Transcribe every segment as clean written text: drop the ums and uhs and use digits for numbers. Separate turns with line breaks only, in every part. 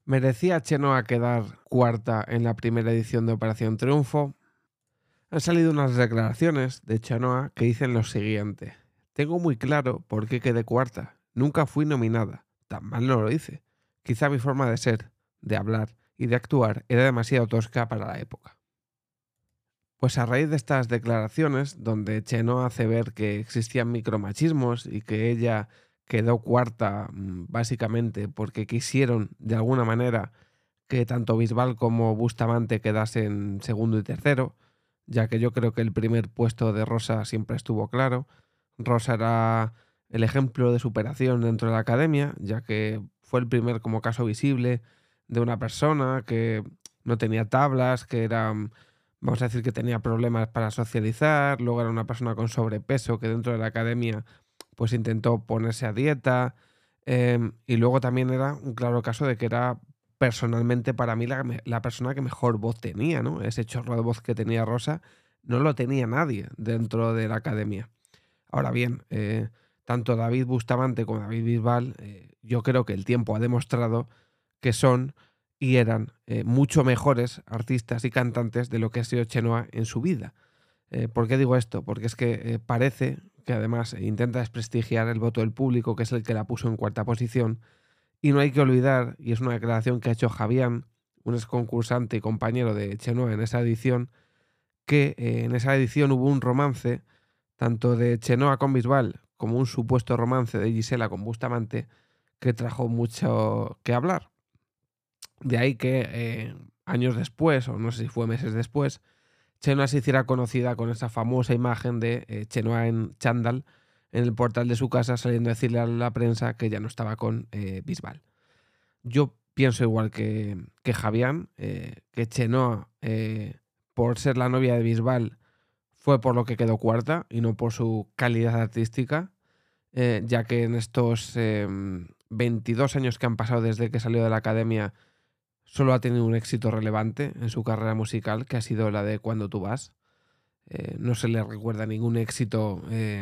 ¿Merecía Chenoa quedar cuarta en la primera edición de Operación Triunfo? Han salido unas declaraciones de Chenoa que dicen lo siguiente. Tengo muy claro por qué quedé cuarta. Nunca fui nominada. Tan mal no lo hice. Quizá mi forma de ser, de hablar y de actuar era demasiado tosca para la época. Pues a raíz de estas declaraciones, donde Chenoa hace ver que existían micromachismos y que ella quedó cuarta básicamente porque quisieron de alguna manera que tanto Bisbal como Bustamante quedasen segundo y tercero, ya que yo creo que el primer puesto de Rosa siempre estuvo claro. Rosa era el ejemplo de superación dentro de la academia, ya que fue el primer como caso visible de una persona que no tenía tablas, que era, vamos a decir que tenía problemas para socializar, luego era una persona con sobrepeso que dentro de la academia pues intentó ponerse a dieta, y luego también era un claro caso de que era personalmente para mí la persona que mejor voz tenía, ¿no? Ese chorro de voz que tenía Rosa no lo tenía nadie dentro de la academia. Ahora bien, tanto David Bustamante como David Bisbal, yo creo que el tiempo ha demostrado que son y eran mucho mejores artistas y cantantes de lo que ha sido Chenoa en su vida. ¿Por qué digo esto? Porque es que parece que además intenta desprestigiar el voto del público, que es el que la puso en cuarta posición, y no hay que olvidar, y es una declaración que ha hecho Javián, un ex concursante y compañero de Chenoa en esa edición, que en esa edición hubo un romance, tanto de Chenoa con Bisbal como un supuesto romance de Gisela con Bustamante, que trajo mucho que hablar. De ahí que años después, o no sé si fue meses después, Chenoa se hiciera conocida con esa famosa imagen de Chenoa en chándal en el portal de su casa saliendo a decirle a la prensa que ya no estaba con Bisbal. Yo pienso igual que Javián, que Chenoa, por ser la novia de Bisbal, fue por lo que quedó cuarta y no por su calidad artística, ya que en estos 22 años que han pasado desde que salió de la academia, solo ha tenido un éxito relevante en su carrera musical, que ha sido la de Cuando tú vas. No se le recuerda ningún éxito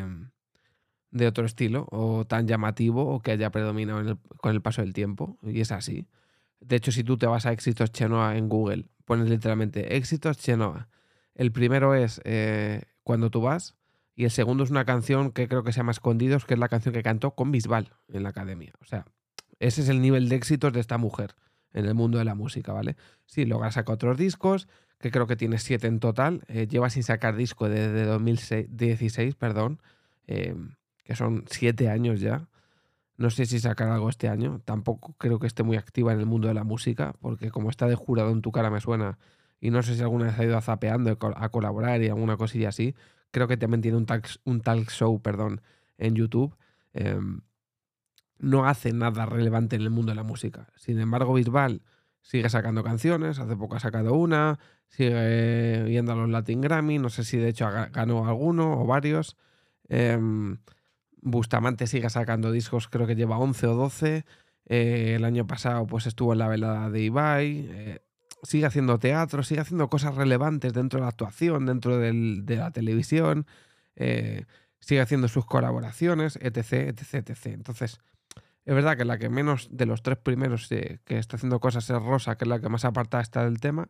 de otro estilo o tan llamativo o que haya predominado con el paso del tiempo, y es así. De hecho, si tú te vas a éxitos Chenoa en Google, pones literalmente éxitos Chenoa. El primero es Cuando tú vas y el segundo es una canción que creo que se llama Escondidos, que es la canción que cantó con Bisbal en la academia. O sea, ese es el nivel de éxitos de esta mujer en el mundo de la música, ¿vale? Sí, luego ha sacado otros discos, que creo que tiene 7 en total. Lleva sin sacar disco desde 2016, perdón, eh, que son 7 años ya. No sé si sacará algo este año. Tampoco creo que esté muy activa en el mundo de la música, porque como está de jurado en Tu cara me suena, y no sé si alguna vez ha ido a Zapeando a colaborar y alguna cosilla así. Creo que también tiene un talk show, perdón, en YouTube. Em, no hace nada relevante en el mundo de la música. Sin embargo, Bisbal sigue sacando canciones, hace poco ha sacado una, sigue yendo a los Latin Grammy, no sé si de hecho ganó alguno o varios. Em, Bustamante sigue sacando discos, creo que lleva 11 o 12. El año pasado pues estuvo en la velada de Ibai. Sigue haciendo teatro, sigue haciendo cosas relevantes dentro de la actuación, dentro de la televisión. eh, Sigue haciendo sus colaboraciones, etc, etc, etc. Entonces, es verdad que la que menos de los tres primeros que está haciendo cosas es Rosa, que es la que más apartada está del tema.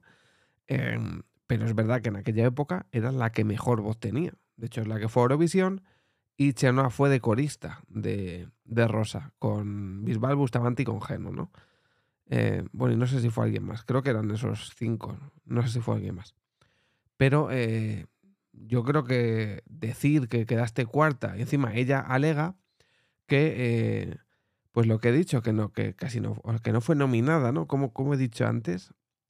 Pero es verdad que en aquella época era la que mejor voz tenía. De hecho, es la que fue a Eurovisión y Chenoa fue de corista de Rosa, con Bisbal, Bustamante y con Geno, ¿no? Bueno, y no sé si fue alguien más. Creo que eran esos cinco. No sé si fue alguien más. Pero yo creo que decir que quedaste cuarta y encima ella alega que, pues lo que he dicho, que no, que casi no, o que no fue nominada, ¿no? Como he dicho antes,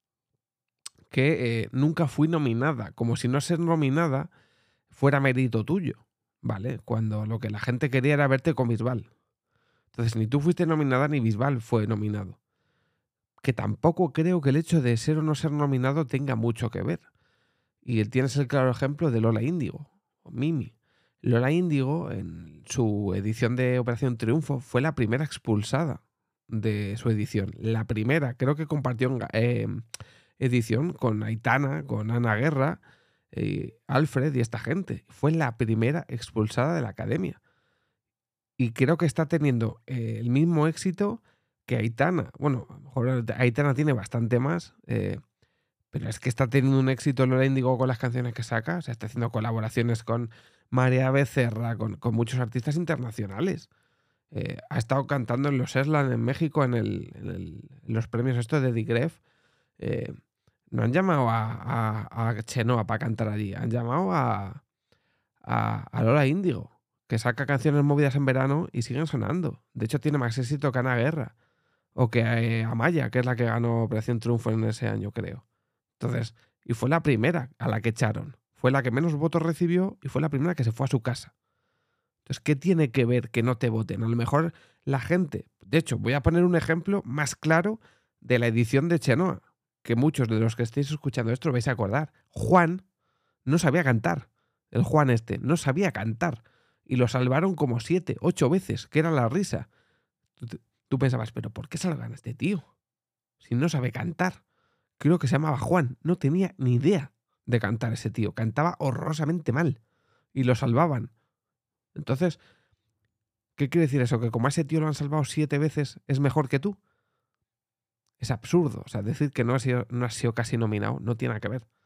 que nunca fui nominada, como si no ser nominada fuera mérito tuyo, ¿vale? Cuando lo que la gente quería era verte con Bisbal. Entonces, ni tú fuiste nominada ni Bisbal fue nominado. Que tampoco creo que el hecho de ser o no ser nominado tenga mucho que ver. Y tienes el claro ejemplo de Lola Índigo, o Mimi. Lola Índigo, en su edición de Operación Triunfo, fue la primera expulsada de su edición. La primera, creo que compartió edición con Aitana, con Ana Guerra, Alfred y esta gente. Fue la primera expulsada de la academia. Y creo que está teniendo el mismo éxito que Aitana. Bueno, a lo mejor Aitana tiene bastante más, pero es que está teniendo un éxito Lola Índigo con las canciones que saca. O sea, está haciendo colaboraciones con María Becerra, con muchos artistas internacionales. Ha estado cantando en los Eslan en México en los premios estos de Digref. Eh, no han llamado a Chenoa para cantar allí, han llamado a Lola Índigo, que saca canciones movidas en verano y siguen sonando. De hecho, tiene más éxito que Ana Guerra o que Amaya, que es la que ganó Operación Triunfo en ese año, creo. Entonces, y fue la primera a la que echaron. Fue la que menos votos recibió y fue la primera que se fue a su casa. Entonces, ¿qué tiene que ver que no te voten? A lo mejor la gente. De hecho, voy a poner un ejemplo más claro de la edición de Chenoa, que muchos de los que estéis escuchando esto lo vais a acordar. Juan no sabía cantar. El Juan este no sabía cantar. Y lo salvaron como 7, 8 veces, que era la risa. Tú pensabas, ¿pero por qué salvan a este tío? Si no sabe cantar. Creo que se llamaba Juan. No tenía ni idea de cantar ese tío. Cantaba horrorosamente mal. Y lo salvaban. Entonces, ¿qué quiere decir eso? ¿Que como a ese tío lo han salvado 7 veces es mejor que tú? Es absurdo. O sea, decir que no ha sido casi nominado no tiene nada que ver.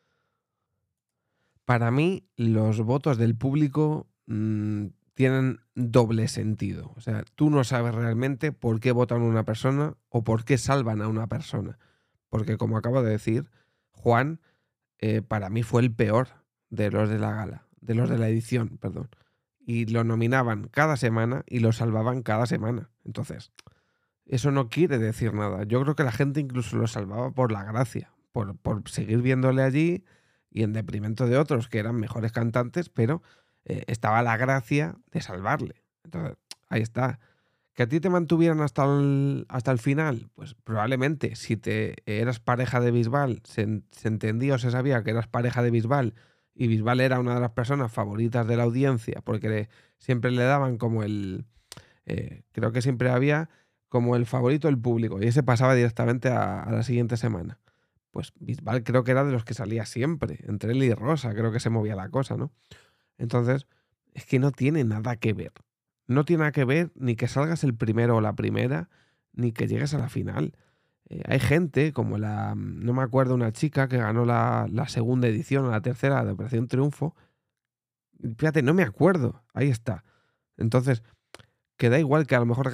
Para mí, los votos del público tienen doble sentido. O sea, tú no sabes realmente por qué votan a una persona o por qué salvan a una persona. Porque, como acabo de decir, Juan para mí fue el peor de los de la gala, de los de la edición, perdón. Y lo nominaban cada semana y lo salvaban cada semana. Entonces, eso no quiere decir nada. Yo creo que la gente incluso lo salvaba por la gracia, por seguir viéndole allí y en detrimento de otros que eran mejores cantantes, pero estaba la gracia de salvarle. Entonces, ahí está. ¿Que a ti te mantuvieran hasta el final? Pues probablemente, si te eras pareja de Bisbal, se entendía o se sabía que eras pareja de Bisbal y Bisbal era una de las personas favoritas de la audiencia, porque siempre le daban como creo que siempre había como el favorito del público y ese pasaba directamente a la siguiente semana. Pues Bisbal creo que era de los que salía siempre, entre él y Rosa, creo que se movía la cosa, ¿no? Entonces, es que no tiene nada que ver. No tiene nada que ver ni que salgas el primero o la primera, ni que llegues a la final. Hay gente, como no me acuerdo, una chica que ganó la segunda edición o la tercera de Operación Triunfo. Fíjate, no me acuerdo. Ahí está. Entonces, que da igual que a lo mejor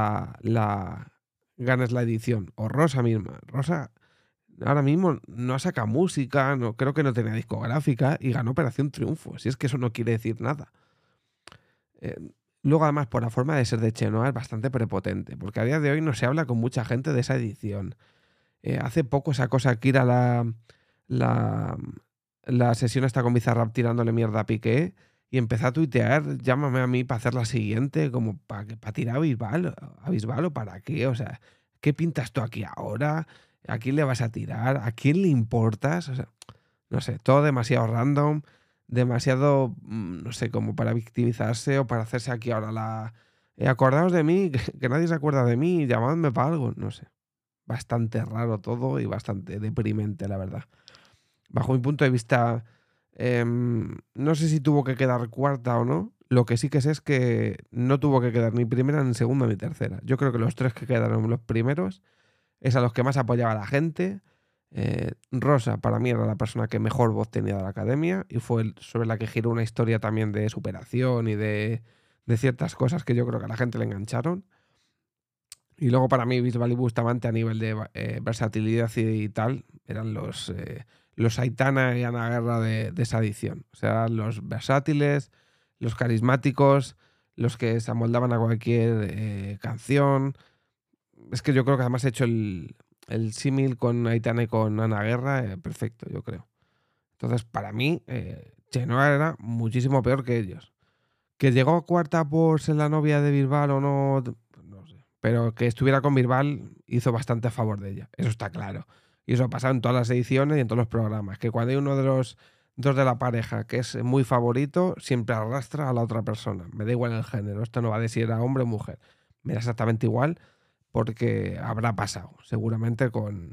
ganes la edición. O Rosa misma. Rosa ahora mismo no saca música, no, creo que no tenía discográfica y ganó Operación Triunfo. Si es que eso no quiere decir nada. Eh, Luego, además, por la forma de ser de Chenoa es bastante prepotente, porque a día de hoy no se habla con mucha gente de esa edición. Hace poco sacó Shakira la, la sesión esta con Bizarrap tirándole mierda a Piqué y empezó a tuitear, llámame a mí para hacer la siguiente, como para tirar a Bisbal o para qué, o sea, ¿qué pintas tú aquí ahora? ¿A quién le vas a tirar? ¿A quién le importas? O sea, no sé, todo demasiado random, demasiado, no sé, como para victimizarse o para hacerse aquí ahora acordaos de mí, que nadie se acuerda de mí, llamadme para algo, no sé. Bastante raro todo y bastante deprimente, la verdad. Bajo mi punto de vista, no sé si tuvo que quedar cuarta o no. Lo que sí que sé es que no tuvo que quedar ni primera, ni segunda, ni tercera. Yo creo que los tres que quedaron los primeros es a los que más apoyaba la gente. Rosa, para mí, era la persona que mejor voz tenía de la academia y fue sobre la que giró una historia también de superación y de ciertas cosas que yo creo que a la gente le engancharon. Y luego para mí Bisbal y Bustamante a nivel de versatilidad y tal eran los Aitana y Ana Guerra de esa edición. O sea, los versátiles, los carismáticos, los que se amoldaban a cualquier canción. Es que yo creo que además he hecho el símil con Aitana y con Ana Guerra perfecto, yo creo. Entonces, para mí, Chenoa era muchísimo peor que ellos. ¿Que llegó a cuarta por ser la novia de Bisbal o no? Pues no sé. Pero que estuviera con Bisbal hizo bastante a favor de ella. Eso está claro. Y eso ha pasado en todas las ediciones y en todos los programas. Que cuando hay uno de los dos de la pareja que es muy favorito, siempre arrastra a la otra persona. Me da igual el género. Esto no va de si era hombre o mujer. Me da exactamente igual porque habrá pasado. Seguramente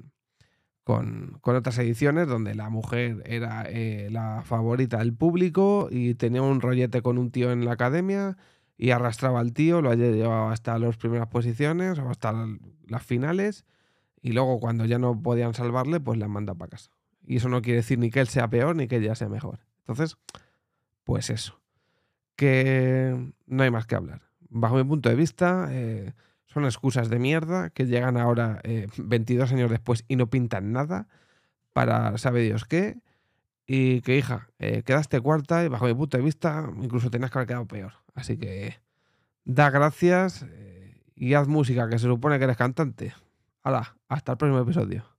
con otras ediciones donde la mujer era la favorita del público y tenía un rollete con un tío en la academia y arrastraba al tío, lo haya llevado hasta las primeras posiciones o hasta las finales y luego cuando ya no podían salvarle, pues la han mandado para casa. Y eso no quiere decir ni que él sea peor ni que ella sea mejor. Entonces, pues eso, que no hay más que hablar. Bajo mi punto de vista, son excusas de mierda que llegan ahora 22 años después y no pintan nada para sabe Dios qué. Y que, hija, quedaste cuarta y bajo mi punto de vista incluso tenías que haber quedado peor. Así que da gracias y haz música, que se supone que eres cantante. Hala, hasta el próximo episodio.